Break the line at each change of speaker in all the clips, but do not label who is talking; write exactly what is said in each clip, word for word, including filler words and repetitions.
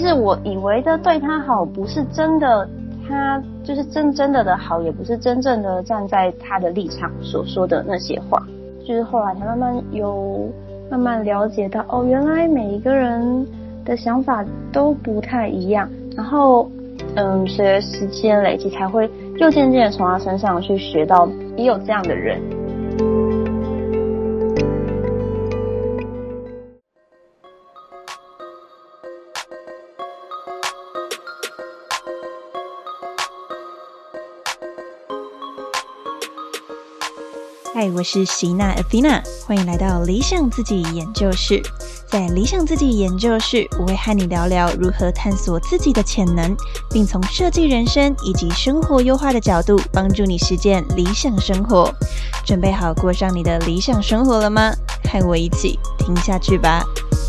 实我以为的对他好，不是真的，他就是真真的的好，也不是真正的站在他的立场所说的那些话。就是后来才慢慢有慢慢了解到，哦，原来每一个人的想法都不太一样。然后，嗯，随着时间累积，才会又渐渐的从他身上去学到，也有这样的人。
嗨，我是席娜 Athena， 欢迎来到理想自己研究室。在理想自己研究室，我会和你聊聊如何探索自己的潜能，并从设计人生以及生活优化的角度，帮助你实践理想生活。准备好过上你的理想生活了吗？和我一起听下去吧。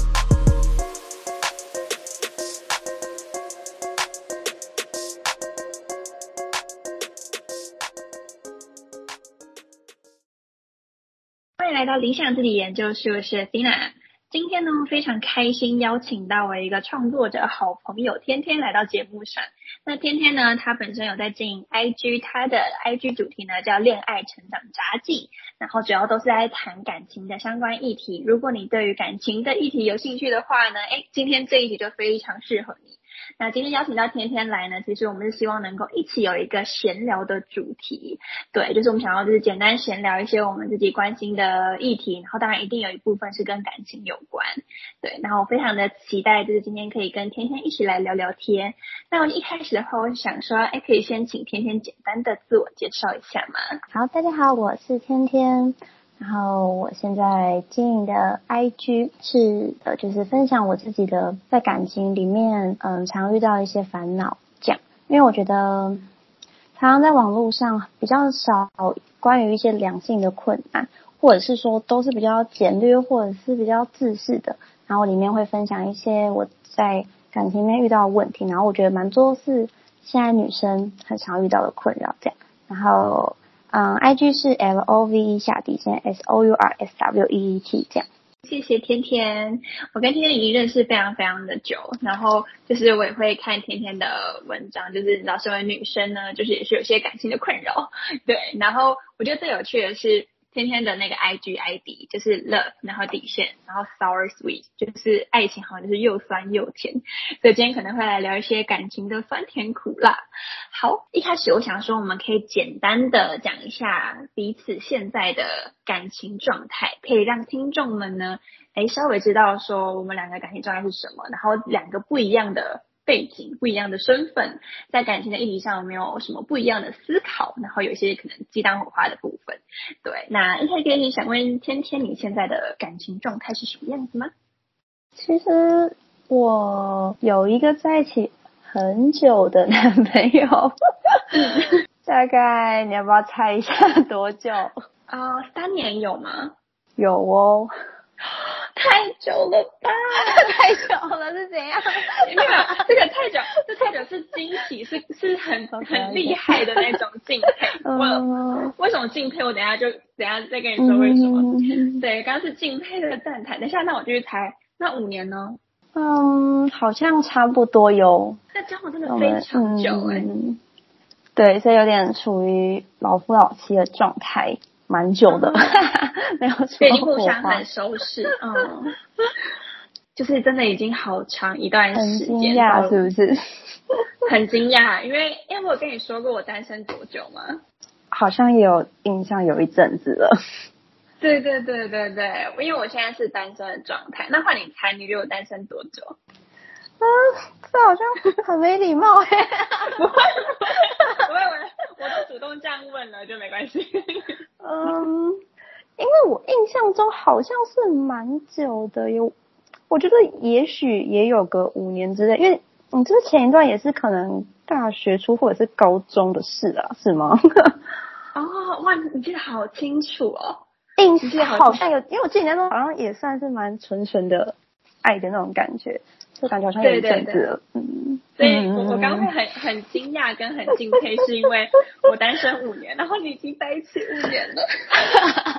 欢迎来到理想自己研究室，我是 Athena。今天呢，非常开心邀请到我一个创作者好朋友天天来到节目上。那天天呢，他本身有在经营 I G， 他的 I G 主题呢叫恋爱成长札记，然后主要都是在谈感情的相关议题。如果你对于感情的议题有兴趣的话呢，诶，今天这一题就非常适合你。那今天邀请到天天来呢，其实我们是希望能够一起有一个闲聊的主题，对，就是我们想要就是简单闲聊一些我们自己关心的议题，然后当然一定有一部分是跟感情有关，对，然后我非常的期待就是今天可以跟天天一起来聊聊天。那我一开始的话，我想说，哎，可以先请天天简单的自我介绍一下吗？
好，大家好，我是天天。然后我现在经营的 I G 是呃，就是分享我自己的在感情里面嗯常遇到一些烦恼这样，因为我觉得常常在网络上比较少关于一些两性的困难，或者是说都是比较简略或者是比较自私的，然后里面会分享一些我在感情里面遇到的问题，然后我觉得蛮多是现在女生很常遇到的困扰这样，然后嗯 I G 是 L O V E 下底线 S O U R S W E E T 这样。
谢谢天天，我跟天天已经认识非常非常的久，然后就是我也会看天天的文章，就是你知道身为女生呢，就是也是有些感情的困扰，对，然后我觉得最有趣的是天天的那个 I G I D 就是 love 然后底线然后 sour sweet 就是爱情好像就是又酸又甜，所以今天可能会来聊一些感情的酸甜苦辣。好，一开始我想说我们可以简单的讲一下彼此现在的感情状态，可以让听众们呢诶稍微知道说我们两个感情状态是什么，然后两个不一样的背景不一样的身份在感情的议题上有没有什么不一样的思考，然后有一些可能鸡蛋火花的部分。对，那一开始你想问天天你现在的感情状态是什么样子吗？
其实我有一个在一起很久的男朋友大概你要不要猜一下多久？
啊、呃，三年有吗？
有哦。
太久了吧
太久了是怎样？
没有，这个太久，这太久是惊喜，是是很很厉害的那种敬佩。我为什么敬佩？我等一下就等一下再跟你说为什么。嗯、对，刚刚是敬佩的赞叹。等一下，那我继续猜，那五年呢？
嗯，好像差不多有。
那交往真的非常久哎、欸
嗯。对，所以有点属于老夫老妻的状态。蛮久的，嗯、没有什么
对，互相很熟识，嗯，就是真的已经好长一段时间，
很惊讶是不是？
很惊讶，因为因为我跟你说过我单身多久吗？
好像也有印象，有一阵子了。
对对对对对，因为我现在是单身的状态，那换你猜，你觉得我单身多久？
啊，这好像很没礼貌哎、欸。
不会不会，我我都主动这样问了，就没关系。
嗯，因为我印象中好像是蛮久的，有，我觉得也许也有个五年之类，因为你之前一段也是可能大学初或者是高中的事啊，是吗？
哦，哇，你记得好清楚哦。
印象好像有，因为我记得那时候好像也算是蛮纯纯的爱的那种感觉。就感觉好像有一阵子了，嗯，
所以我我刚刚会很很惊讶跟很敬佩，是因为我单身五年，然后你已经在一起五年了。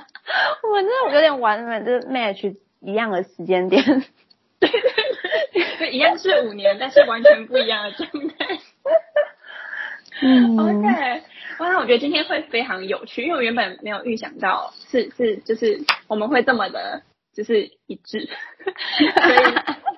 我们真的有点完美，就是 match 一样的时间点。
对对对， 就一样是五年，但是完全不一样的状态。
嗯
，OK， 哇，我觉得今天会非常有趣，因为我原本没有预想到是是就是我们会这么的，就是一致，所以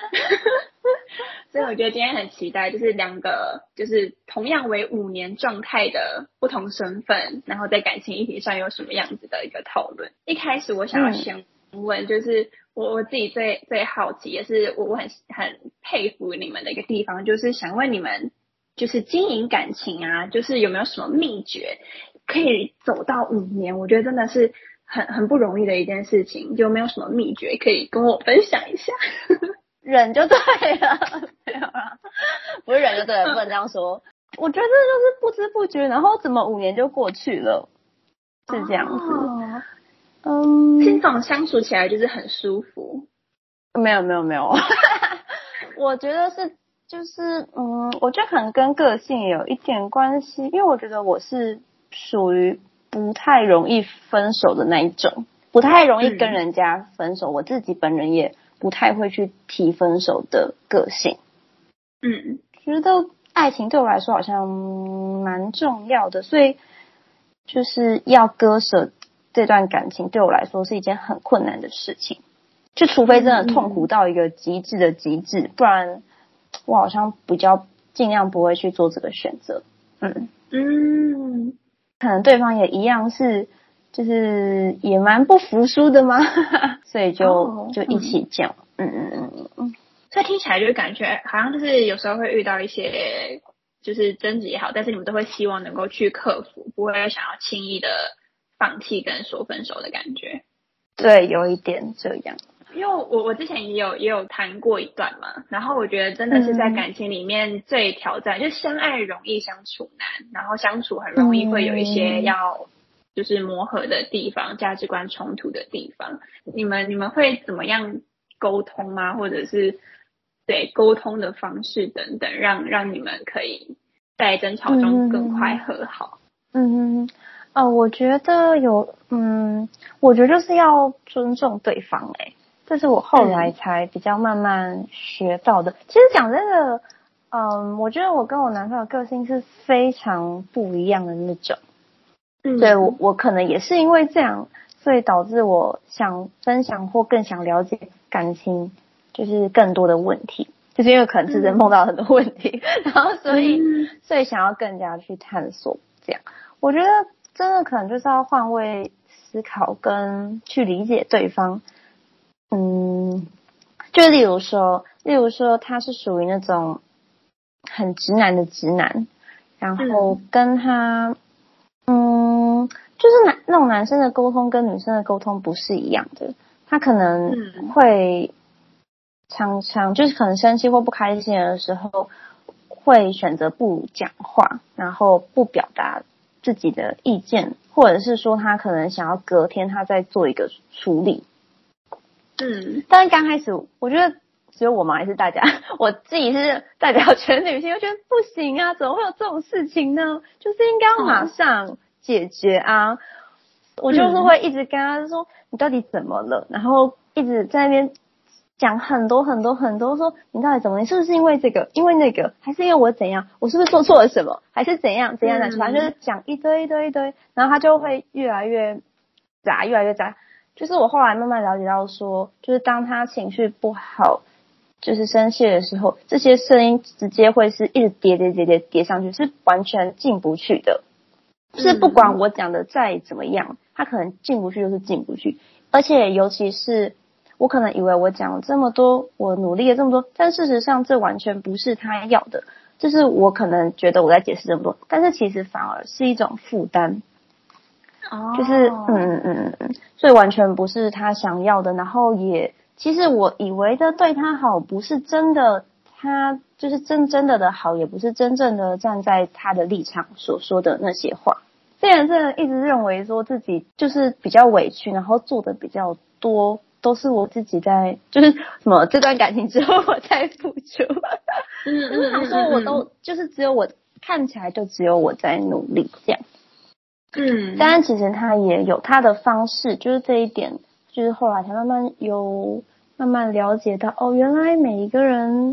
所以我觉得今天很期待，就是两个就是同样为五年状态的不同身份，然后在感情议题上有什么样子的一个讨论。一开始我想要先问，就是我我自己最最好奇，也是我我很很佩服你们的一个地方，就是想问你们。就是经营感情啊，就是有没有什么秘诀可以走到五年？我觉得真的是很很不容易的一件事情，有没有什么秘诀可以跟我分享一下？
忍就对了，没有啦，不是忍就对了，不能这样说。我觉得就是不知不觉，然后怎么五年就过去了，是这样子。
哦、
嗯，
这种相处起来就是很舒服。
没有没有没有，我觉得是。就是嗯，我觉得可能跟个性也有一点关系，因为我觉得我是属于不太容易分手的那一种，不太容易跟人家分手，嗯、我自己本人也不太会去提分手的个性。
嗯，
觉得爱情对我来说好像蛮重要的，所以就是要割舍这段感情对我来说是一件很困难的事情，就除非真的痛苦到一个极致的极致，不然。我好像比较尽量不会去做这个选择，嗯
嗯，
可能对方也一样是，就是也蛮不服输的嘛，所以就、哦、就一起讲，嗯嗯嗯嗯，
所以听起来就感觉好像就是有时候会遇到一些就是争执也好，但是你们都会希望能够去克服，不会想要轻易的放弃跟说分手的感觉。
对，有一点这样。
因为我我之前也有也有谈过一段嘛，然后我觉得真的是在感情里面最挑战，嗯、就相爱容易相处难，然后相处很容易会有一些要就是磨合的地方，价值观冲突的地方。你们你们会怎么样沟通吗？或者是对沟通的方式等等，让让你们可以在争吵中更快和好？
嗯嗯呃，我觉得有嗯，我觉得就是要尊重对方哎、欸。这是我后来才比较慢慢学到的。嗯、其实讲真的，嗯，我觉得我跟我男朋友个性是非常不一样的那种。嗯，对我我可能也是因为这样，所以导致我想分享或更想了解感情，就是更多的问题，就是因为可能自身碰到很多问题，嗯、然后所以、嗯、所以想要更加去探索这样。我觉得真的可能就是要换位思考跟去理解对方。嗯，就例如说，例如说他是属于那种很直男的直男，然后跟他，嗯，嗯就是男那种男生的沟通跟女生的沟通不是一样的，他可能会常常就是可能生气或不开心的时候，会选择不讲话，然后不表达自己的意见，或者是说他可能想要隔天他再做一个处理。嗯，但是刚开始我觉得只有我吗？还是大家？我自己是代表全女性，我觉得不行啊，怎么会有这种事情呢？就是应该要马上解决啊！嗯、我就是会一直跟他说、嗯、你到底怎么了，然后一直在那边讲很多很多很多，说你到底怎么？你是不是因为这个，因为那个，还是因为我怎样？我是不是做错了什么？还是怎样怎样的？反正就是讲一堆一堆一堆，然后他就会越来越杂，越来越杂。就是我后来慢慢了解到说，就是当他情绪不好，就是生气的时候，这些声音直接会是一直叠叠叠叠叠上去，是完全进不去的。就是不管我讲的再怎么样，他可能进不去就是进不去。而且尤其是我可能以为我讲了这么多，我努力了这么多，但事实上这完全不是他要的。就是我可能觉得我在解释这么多，但是其实反而是一种负担。就是嗯嗯嗯嗯，所以完全不是他想要的，然后也其实我以为的对他好，不是真的，他就是真真的的好，也不是真正的站在他的立场所说的那些话。虽然真的一直认为说自己就是比较委屈，然后做的比较多，都是我自己在，就是什么这段感情之后我在付出，嗯嗯，想说我都就是只有我看起来就只有我在努力这样。嗯，当然其实他也有他的方式，就是这一点，就是后来才慢慢有慢慢了解到，哦，原来每一个人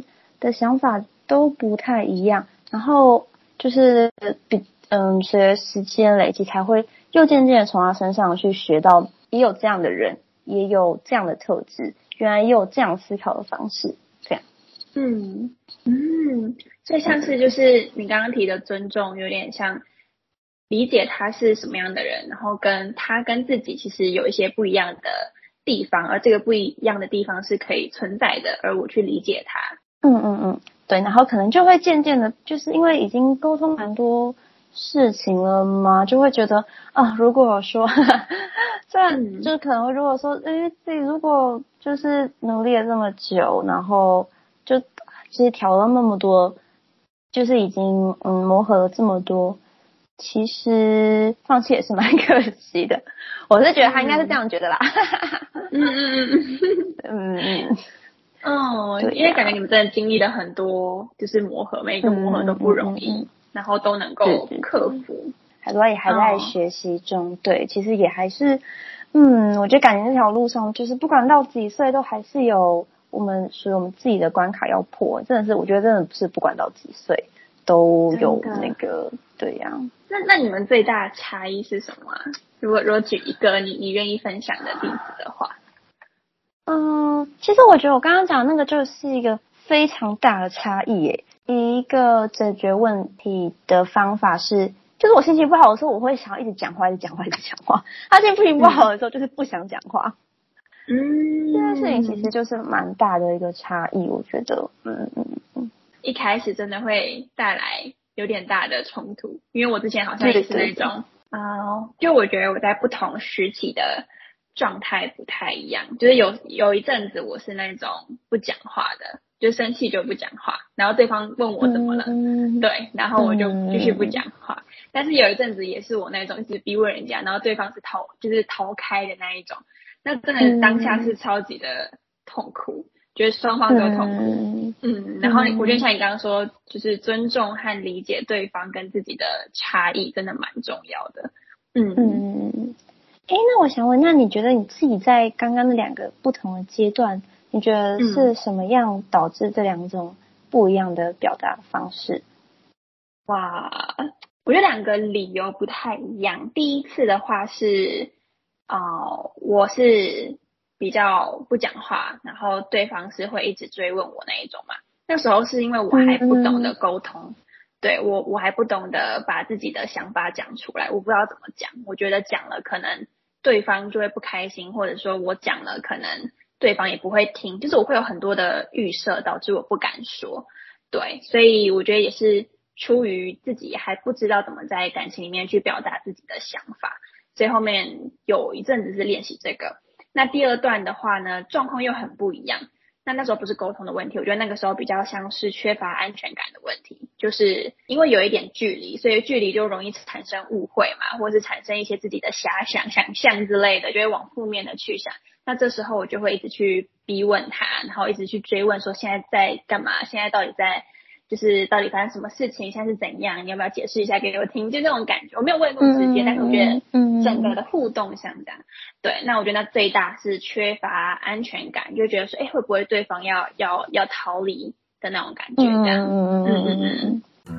的想法都不太一样，然后就是比嗯随着时间累积，才会又渐渐的从他身上去学到，也有这样的人，也有这样的特质，原来也有这样思考的方式，这样。
嗯嗯，所以像是就是你刚刚提的尊重，有点像理解他是什么样的人，然后跟他跟自己其实有一些不一样的地方，而这个不一样的地方是可以存在的，而我去理解他。
嗯嗯嗯，对，然后可能就会渐渐的，就是因为已经沟通蛮多事情了嘛，就会觉得啊，如果说虽然就是可能如果说诶自己如果就是努力了这么久，然后就其实调了那么多，就是已经嗯磨合了这么多，其实放弃也是蛮可惜的。我是觉得他应该是这样觉得啦。
嗯嗯嗯嗯
嗯嗯。
哦，因为感觉你们真的经历了很多，就是磨合，每一个磨合都不容易，嗯嗯嗯、然后都能够克服。
还在还在学习中，哦、对，其实也还是，嗯，我觉得感情这条路上，就是不管到几岁，都还是有我们属于我们自己的关卡要破。真的是，我觉得真的是不管到几岁都有那个，对呀、啊。
那那你们最大的差异是什么、啊？如果如果举一个你你愿意分享的例子的话。
嗯，其实我觉得我刚刚讲的那个就是一个非常大的差异耶。一个解决问题的方法是，就是我心情不好的时候，我会想要一直讲话，一直讲话，一直讲话。他心情不好的时候，就是不想讲话。嗯，这件事情其实就是蛮大的一个差异，我觉得。嗯嗯嗯。
一开始真的会带来有点大的冲突，因为我之前好像也是那种啊、呃，就我觉得我在不同时期的状态不太一样，就是有有一阵子我是那种不讲话的，就生气就不讲话，然后对方问我怎么了，嗯、对，然后我就继续不讲话。嗯、但是有一阵子也是我那种一直逼问人家，然后对方是逃就是逃开的那一种，那真的当下是超级的痛苦，觉得双方都痛苦。嗯, 嗯，然后我觉得像你刚刚说，就是尊重和理解对方跟自己的差异，真的蛮重要的。嗯嗯。
诶，那我想问，那你觉得你自己在刚刚那两个不同的阶段，你觉得是什么样导致这两种不一样的表达方式？
哇，我觉得两个理由不太一样。第一次的话是，呃，我是比较不讲话，然后对方是会一直追问我那一种嘛。那时候是因为我还不懂得沟通。嗯对我，我还不懂得把自己的想法讲出来，我不知道怎么讲。我觉得讲了可能对方就会不开心，或者说我讲了可能对方也不会听，就是我会有很多的预设，导致我不敢说。对，所以我觉得也是出于自己还不知道怎么在感情里面去表达自己的想法，所以后面有一阵子是练习这个。那第二段的话呢，状况又很不一样。那那时候不是沟通的问题，我觉得那个时候比较像是缺乏安全感的问题，就是因为有一点距离，所以距离就容易产生误会嘛，或是产生一些自己的遐想、想象之类的，就会往负面的去想。那这时候我就会一直去逼问他，然后一直去追问说现在在干嘛，现在到底在就是到底发生什么事情，现在是怎样，你要不要解释一下给我听，就这种感觉。我没有问过直接、嗯、但是我觉得整个的互动像这样、嗯、对，那我觉得那最大是缺乏安全感，就觉得说哎，会不会对方要要要逃离的那种感觉这样。嗯嗯嗯嗯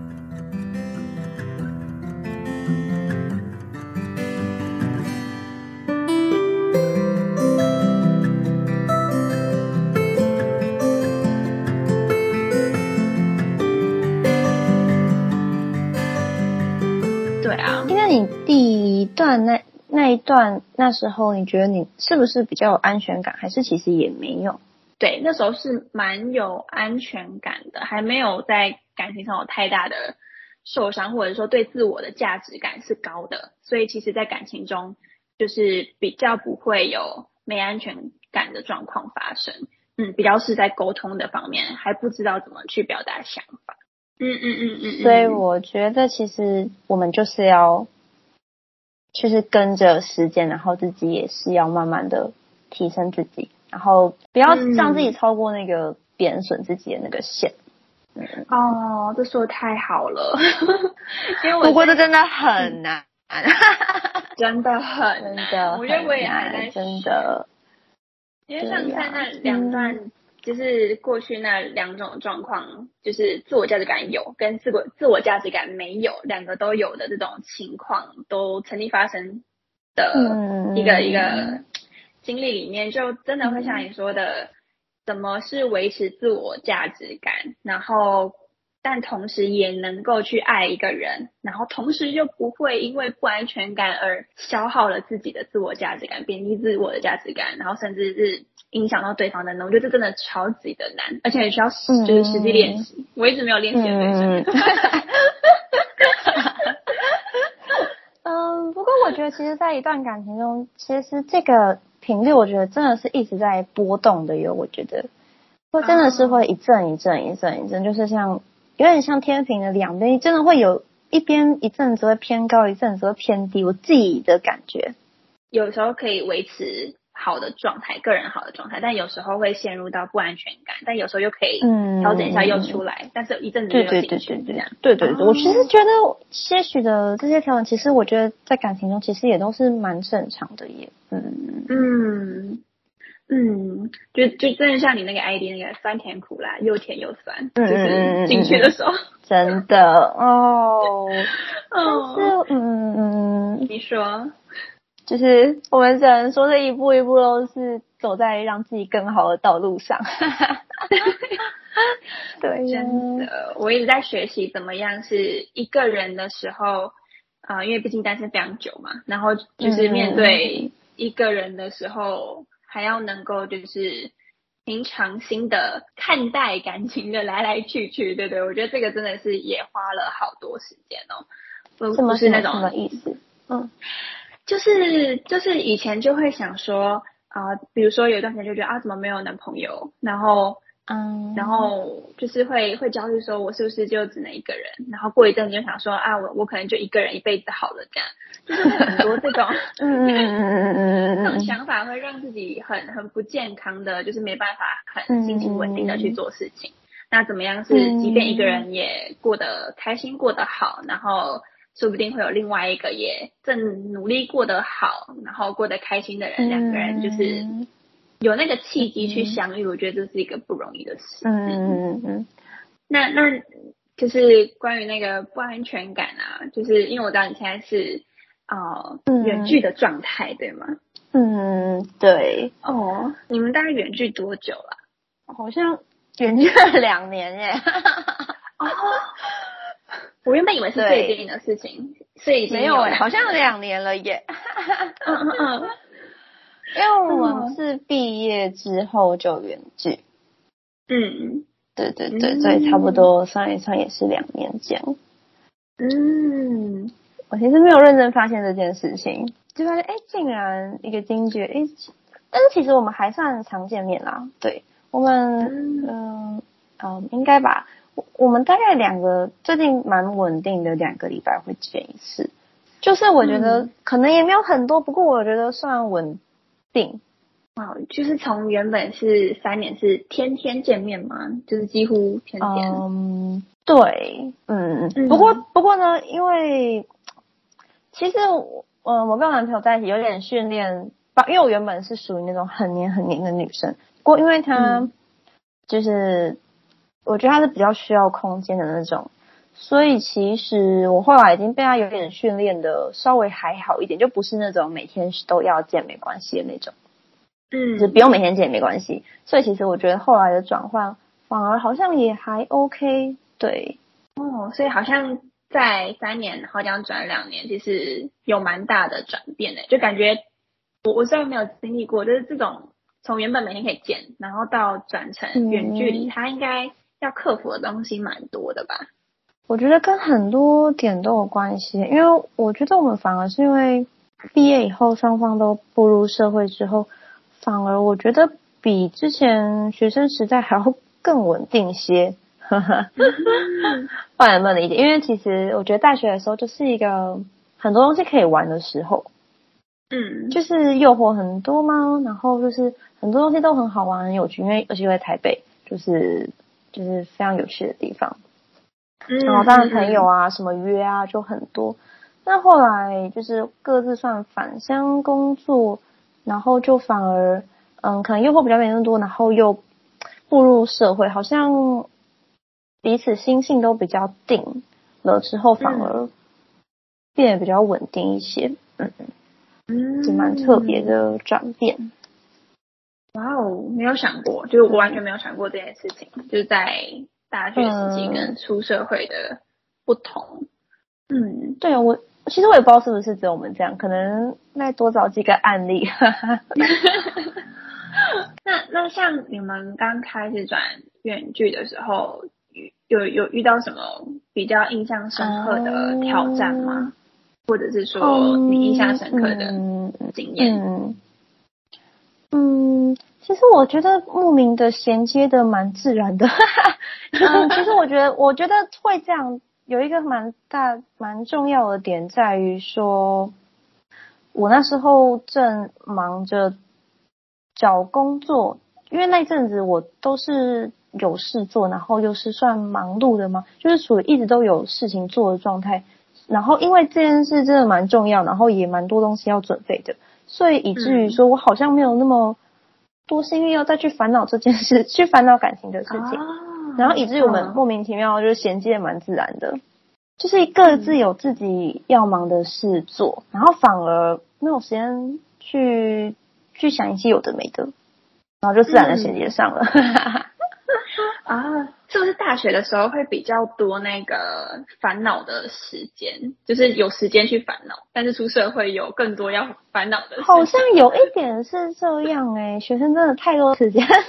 那你第一段那那一段那时候，你觉得你是不是比较有安全感，还是其实也没有？
对，那时候是蛮有安全感的，还没有在感情上有太大的受伤，或者说对自我的价值感是高的，所以其实在感情中就是比较不会有没安全感的状况发生。嗯，比较是在沟通的方面还不知道怎么去表达想法。嗯嗯嗯嗯，
所以我觉得其实我们就是要就是跟着时间，然后自己也是要慢慢的提升自己，然后不要让自己超过那个贬损自己的那个线。
嗯、哦，这说得太好了，因为我
不过这真的很难，
真的很
真的，
我觉得我也还在
真的。
因为像在那两段就是过去那两种状况，就是自我价值感有跟自我自我价值感没有，两个都有的这种情况，都曾经发生的一个、嗯、一个经历里面，就真的会像你说的，怎么是维持自我价值感，然后但同时也能够去爱一个人，然后同时又不会因为不安全感而消耗了自己的自我价值感，贬低自我的价值感，然后甚至是影响到对方的呢，我觉得这真的超级的难，而且也需要就是实际练习、嗯、我一直没有练习的对象。
嗯，不过我觉得其实在一段感情中，其实这个频率我觉得真的是一直在波动的哟，我觉得会真的是会一阵一阵一阵一阵，就是像有点像天平的两边，真的会有一边一阵子会偏高，一阵子会偏低，我自己的感觉
有时候可以维持好的状态，个人好的状态，但有时候会陷入到不安全感，但有时候又可以调整一下又出来、嗯、但是一阵子又进去这样。
对对对对对对、哦、我其实觉得些许的这些调整，其实我觉得在感情中其实也都是蛮正常的耶。嗯
嗯嗯，就就真的像你那个 I D 那个酸甜苦辣，又甜又酸，
嗯、
就是进去的时候，
真的哦。但是嗯嗯，
你说。
就是我们只能说这一步一步都是走在让自己更好的道路上。对，
真的，我一直在学习怎么样是一个人的时候，啊、呃，因为毕竟单身非常久嘛，然后就是面对一个人的时候，嗯、还要能够就是平常心的看待感情的来来去去，对对，我觉得这个真的是也花了好多时间哦，不不是那种
什么意思？嗯。
就是就是以前就会想说啊、呃，比如说有一段时间就觉得啊，怎么没有男朋友，然后嗯，然后就是会会焦虑说，我是不是就只能一个人？然后过一阵就想说啊，我我可能就一个人一辈子好了，这样就是很多这种嗯嗯嗯嗯这种想法会让自己很很不健康的，就是没办法很心情稳定的去做事情。那怎么样是即便一个人也过得开心，过得好，然后说不定会有另外一个也正努力过得好，然后过得开心的人，两、嗯、个人就是有那个契机去相遇，嗯、我觉得这是一个不容易的事。嗯嗯嗯。那那就是关于那个不安全感啊，就是因为我知道你现在是呃远距的状态，对吗？
嗯，对。
哦，你们大概远距多久了？
好像远距了两年耶。
哦。我原本以为是最近的事情，所以已经
没有哎，好像两年了耶。嗯嗯嗯，因为我们是毕业之后就远距。
嗯，
对对对，嗯、所以差不多算一算也是两年这样。嗯，我其实没有认真发现这件事情，就发现哎，竟然一个惊觉哎，但是其实我们还算常见面啦。对，我们嗯嗯、呃、应该吧。我们大概两个最近蛮稳定的，两个礼拜会见一次，就是我觉得可能也没有很多，嗯、不过我觉得算稳定。
哇，就是从原本是三年是天天见面吗？就是几乎天天。
嗯，对，嗯，嗯不过不过呢，因为其实我嗯我跟我男朋友在一起有点训练，因为我原本是属于那种很黏很黏的女生，不过因为他就是。嗯我觉得他是比较需要空间的那种，所以其实我后来已经被他有点训练的稍微还好一点，就不是那种每天都要见没关系的那种，嗯，就是不用每天见也没关系。所以其实我觉得后来的转换反而好像也还 OK， 对。
哦，所以好像在三年然后这样转两年，其实有蛮大的转变的，就感觉我我虽然没有经历过，就是这种从原本每天可以见，然后到转成远距离，它、嗯、应该要克服的东西蛮多的吧？
我觉得跟很多点都有关系，因为我觉得我们反而是因为毕业以后双方都步入社会之后，反而我觉得比之前学生时代还要更稳定些。不然能不能理解？因为其实我觉得大学的时候就是一个很多东西可以玩的时候，嗯，就是诱惑很多嘛，然后就是很多东西都很好玩很有趣，因为而且在台北就是就是非常有趣的地方，嗯，然后当然朋友啊什么约啊就很多。那后来就是各自算返乡工作，然后就反而嗯可能诱惑比较没那么多，然后又步入社会，好像彼此心性都比较定了之后，反而变得比较稳定一些。嗯嗯，是蛮特别的转变。
哇哦，没有想过，就是我完全没有想过这件事情，嗯、就是在大学时期跟出社会的不同。嗯，
对，我其实我也不知道是不是只有我们这样，可能再多找几个案例。
那那像你们刚开始转远距的时候，有有遇到什么比较印象深刻的挑战吗？嗯、或者是说你印象深刻的经验？
嗯，嗯, 嗯，其实我觉得莫名的衔接的蛮自然的。嗯，其实我觉得我觉得会这样有一个蛮大蛮重要的点在于说，我那时候正忙着找工作，因为那阵子我都是有事做，然后又是算忙碌的嘛，就是属于一直都有事情做的状态。然后因为这件事真的蛮重要，然后也蛮多东西要准备的，所以以至于说我好像没有那么多心力要再去烦恼这件事，去烦恼感情的事情。哦、然后以至于我们莫名其妙就是衔接蛮自然的，就是各自有自己要忙的事做，然后反而没有时间去去想一些有的没的，然后就自然的衔接上了。嗯
啊，是不是大学的时候会比较多那个烦恼的时间，就是有时间去烦恼，但是出社会有更多要烦恼的事情？
好像有一点是这样诶、欸，学生真的太多时间了。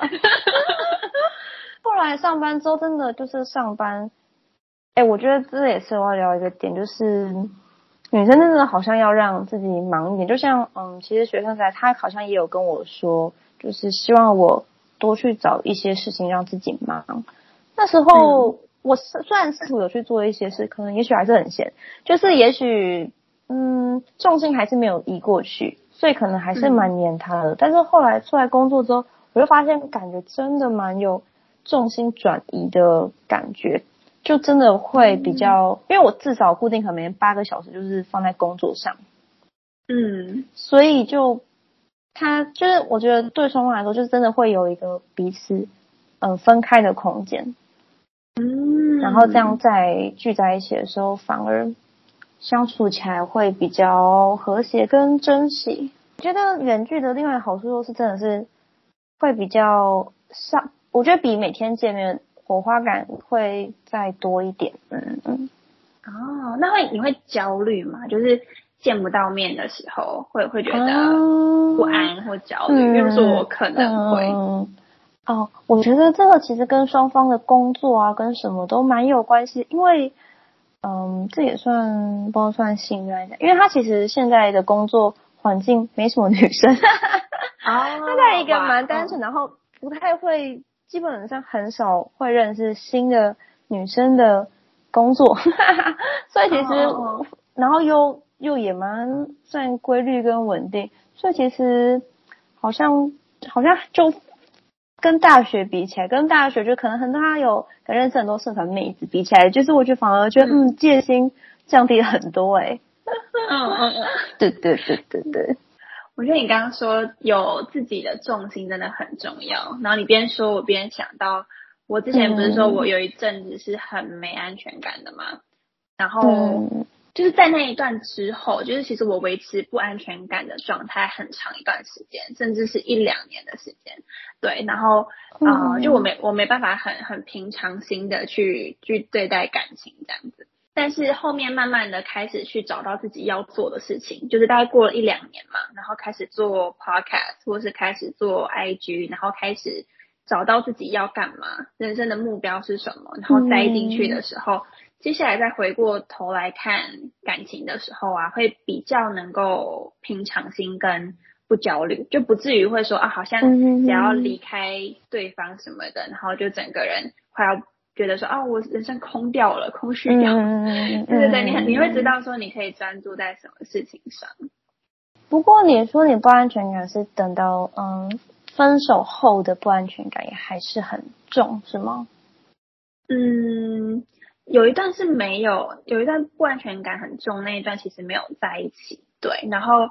后来上班之后真的就是上班，诶、欸、我觉得这也是我要聊一个点，就是女生真的好像要让自己忙一点，就像嗯，其实学生时代他好像也有跟我说，就是希望我多去找一些事情让自己忙。那时候、嗯、我虽然试图有去做一些事，可能也许还是很闲，就是也许嗯重心还是没有移过去，所以可能还是蛮黏他的、嗯、但是后来出来工作之后，我就发现感觉真的蛮有重心转移的感觉，就真的会比较、嗯、因为我至少固定可能每天八个小时就是放在工作上，
嗯，
所以就他就是我觉得对双方来说，就是真的会有一个彼此嗯、呃、分开的空间，
嗯，
然后这样再聚在一起的时候，反而相处起来会比较和谐跟珍惜。我觉得远距的另外的好处就是真的是会比较上，我觉得比每天见面火花感会再多一点。嗯嗯。
哦，那会你会焦虑吗？就是见不到面的时候，会会觉得不安或焦虑？因为说我可能会。
嗯哦，我觉得这个其实跟双方的工作啊，跟什么都蛮有关系，因为，嗯，这也算不知道算信任，因为他其实现在的工作环境没什么女生，他在一个蛮单纯，然后不太会，基本上很少会认识新的女生的工作，所以其实，哦、然后又又也蛮算规律跟稳定，所以其实好像好像就。跟大学比起来，跟大学就可能很多他有可能认识很多社团妹子比起来，就是我觉得反而觉得嗯戒心降低了很多哎、欸。
嗯嗯嗯，
对对对对对。
我觉得你刚刚说有自己的重心真的很重要，然后你边说我边想到，我之前不是说我有一阵子是很没安全感的嘛，然后。嗯就是在那一段之后，就是其实我维持不安全感的状态很长一段时间，甚至是一两年的时间。对，然后啊、呃，就我没我没办法很很平常心的去去对待感情这样子。但是后面慢慢的开始去找到自己要做的事情，就是大概过了一两年嘛，然后开始做 podcast 或是开始做 I G， 然后开始找到自己要干嘛，人生的目标是什么，然后栽进去的时候。嗯接下来再回过头来看感情的时候啊，会比较能够平常心跟不焦虑，就不至于会说啊，好像只要离开对方什么的，然后就整个人快要觉得说啊，我人生空掉了，空虚掉了。对对对，你你会知道说你可以专注在什么事情上。
不过你说你不安全感是等到嗯分手后的不安全感也还是很重，是吗？
嗯。有一段是没有，有一段不安全感很重，那一段其实没有在一起，对，然后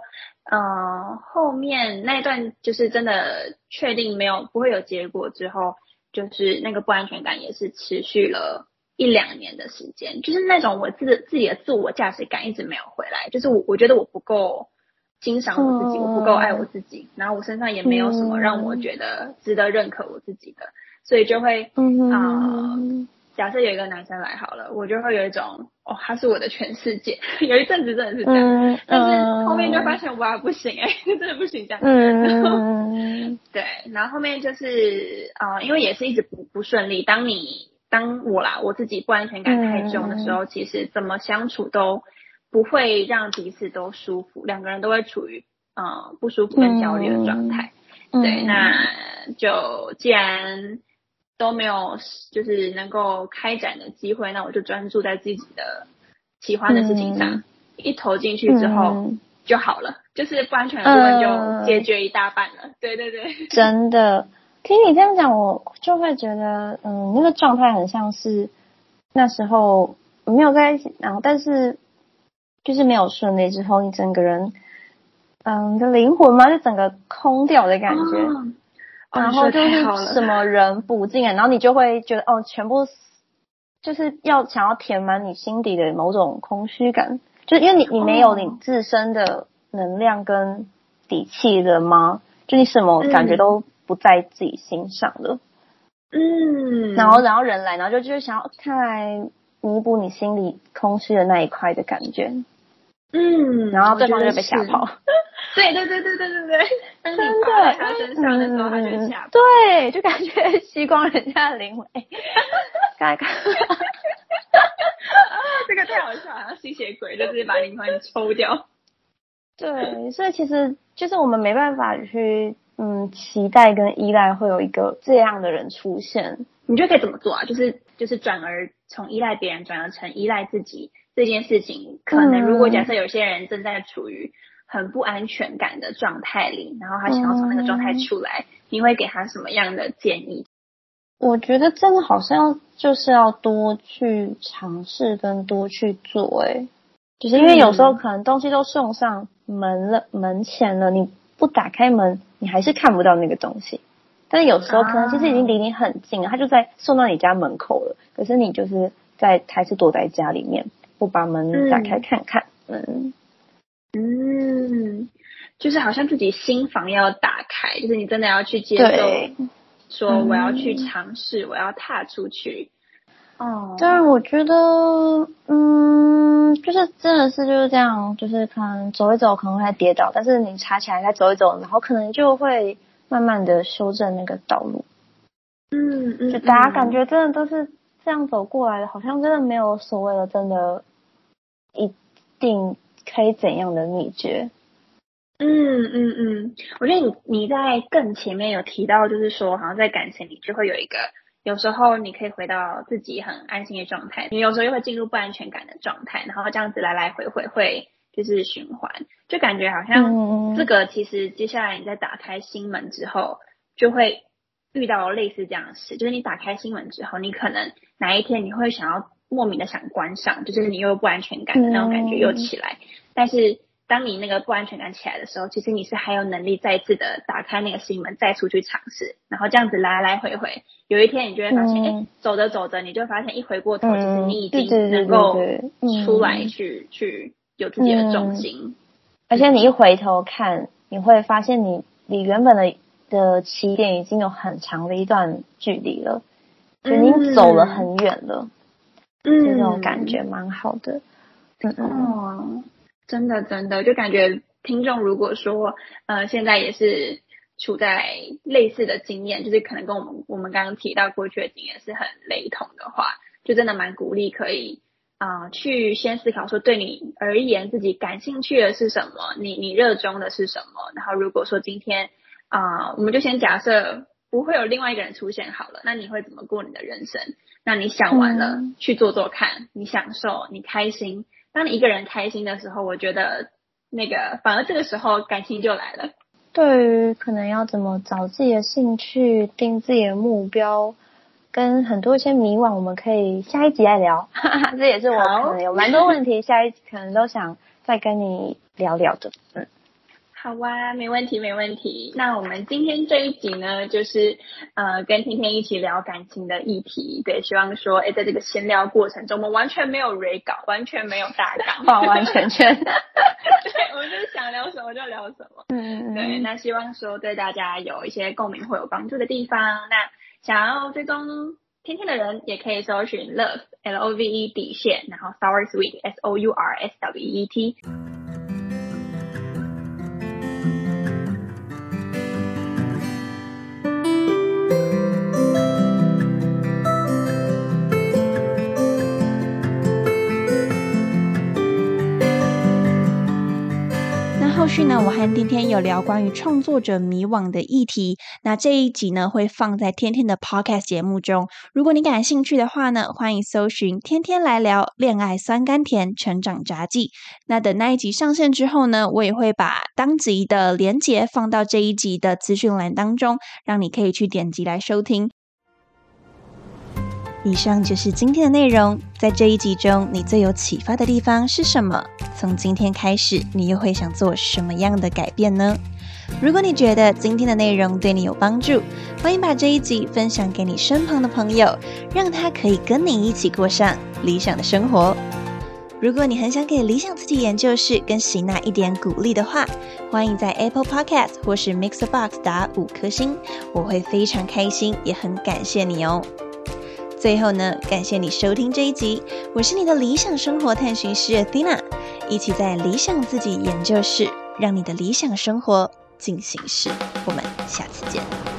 呃，后面那一段就是真的确定没有不会有结果之后，就是那个不安全感也是持续了一两年的时间，就是那种我自自己的自我价值感一直没有回来，就是我我觉得我不够欣赏我自己，我不够爱我自己，然后我身上也没有什么让我觉得值得认可我自己的，所以就会呃，假设有一个男生来好了，我就会有一种哦，他是我的全世界，有一阵子真的是这样，但是后面就发现哇不行哎、欸，真的不行这样，然后对，然后后面就是呃，因为也是一直不不顺利，当你当我啦我自己不安全感太重的时候，其实怎么相处都不会让彼此都舒服，两个人都会处于呃不舒服跟焦虑的状态。嗯、对，那就既然都没有就是能够开展的机会，那我就专注在自己的喜欢的事情上，嗯、一投进去之后、嗯、就好了，就是不安全的部分就解决一大半了。呃、对对对，
真的。听你这样讲，我就会觉得，嗯，那个状态很像是那时候没有在一起，然后但是。就是没有顺利之后，你整个人，嗯，的灵魂嘛，就整个空掉的感觉，哦、然后就是什么人补进来，然后你就会觉得哦，全部就是要想要填满你心底的某种空虚感，就是因为你你没有你自身的能量跟底气了吗？就你什么感觉都不在自己心上了，嗯，然后然后人来，然后就就是想要看来弥补你心里空虚的那一块的感觉。嗯，然后对方就被吓跑。
对对对对对对对，当你爬在他身上的时候，他就吓跑。
对，就感觉吸光人家的灵魂。哎，该该。
这个太好笑了，吸血鬼就是把灵魂抽掉。
对，所以其实就是我们没办法去嗯期待跟依赖会有一个这样的人出现。
你觉得可以怎么做啊？就是就是转而从依赖别人转而成依赖自己。这件事情可能如果假设有些人正在处于很不安全感的状态里，然后他想要从那个状态出来、嗯、你会给他什么样的建议？
我觉得真的好像就是要多去尝试跟多去做，诶就是因为有时候可能东西都送上门了、嗯、门前了，你不打开门你还是看不到那个东西，但是有时候可能其实已经离你很近了、啊、他就在送到你家门口了，可是你就是在还是躲在家里面不把门打开看看。嗯
嗯，就是好像自己心房要打开，就是你真的要去接受说我要去尝试、嗯、我要踏出去。
哦，当然我觉得嗯就是真的是就是这样，就是可能走一走可能会跌倒，但是你爬起来再走一走，然后可能就会慢慢的修正那个道路。嗯嗯，就大家感觉真的都是这样走过来的，好像真的没有所谓的真的一定可以怎样的秘诀。
嗯嗯嗯，我觉得你你在更前面有提到，就是说好像在感情里就会有一个，有时候你可以回到自己很安心的状态，你有时候又会进入不安全感的状态，然后这样子来来回回会就是循环，就感觉好像这个其实接下来你在打开心门之后就会遇到类似这样的事，就是你打开心门之后，你可能哪一天你会想要莫名的想关上，就是你又有不安全感的那种感觉又起来，但是当你那个不安全感起来的时候，其实你是还有能力再次的打开那个心门，再出去尝试，然后这样子来来回回，有一天你就会发现，哎、嗯，走着走着，你就发现一回过头，其实你已经能够出来去、嗯、去有自己的重心、嗯，
而且你一回头看，你会发现你离原本的的起点已经有很长的一段距离了，就你走了很远了，嗯，这种感觉蛮好的，
嗯哦。真的真的就感觉听众如果说呃现在也是处在类似的经验，就是可能跟我们我们刚刚提到过去的经验是很雷同的话，就真的蛮鼓励可以啊、呃、去先思考说对你而言自己感兴趣的是什么，你你热衷的是什么，然后如果说今天啊、呃、我们就先假设不会有另外一个人出现好了，那你会怎么过你的人生？那你想完了、嗯、去做做看，你享受你开心，当你一个人开心的时候，我觉得那个反而这个时候感情就来了。
对于可能要怎么找自己的兴趣，定自己的目标，跟很多一些迷惘，我们可以下一集来聊。这也是我可能有蛮多问题，下一集可能都想再跟你聊聊的。嗯，
好啊，没问题没问题。那我们今天这一集呢，就是呃跟天天一起聊感情的议题。对，希望说诶在这个闲聊过程中，我们完全没有 re 稿，完全没有大纲，
完完全全
对，我们就是想聊什么就聊什么。
嗯，
对，那希望说对大家有一些共鸣或有帮助的地方。那想要追踪天天的人也可以搜寻 love L O V E 底线，然后 sour sweet S O U R S W E T。
后续呢，我和天天有聊关于创作者迷惘的议题，那这一集呢会放在天天的 podcast 节目中，如果你感兴趣的话呢，欢迎搜寻天天来聊恋爱酸甘甜成长札记。那等那一集上线之后呢，我也会把当集的连结放到这一集的资讯栏当中，让你可以去点击来收听。以上就是今天的内容，在这一集中你最有启发的地方是什么？从今天开始你又会想做什么样的改变呢？如果你觉得今天的内容对你有帮助，欢迎把这一集分享给你身旁的朋友，让他可以跟你一起过上理想的生活。如果你很想给理想自己研究室跟喜娜一点鼓励的话，欢迎在 Apple Podcast 或是 Mixerbox 打五颗星，我会非常开心，也很感谢你哦。最后呢，感谢你收听这一集，我是你的理想生活探寻师 Athena， 一起在理想自己研究室，让你的理想生活进行式。我们下次见。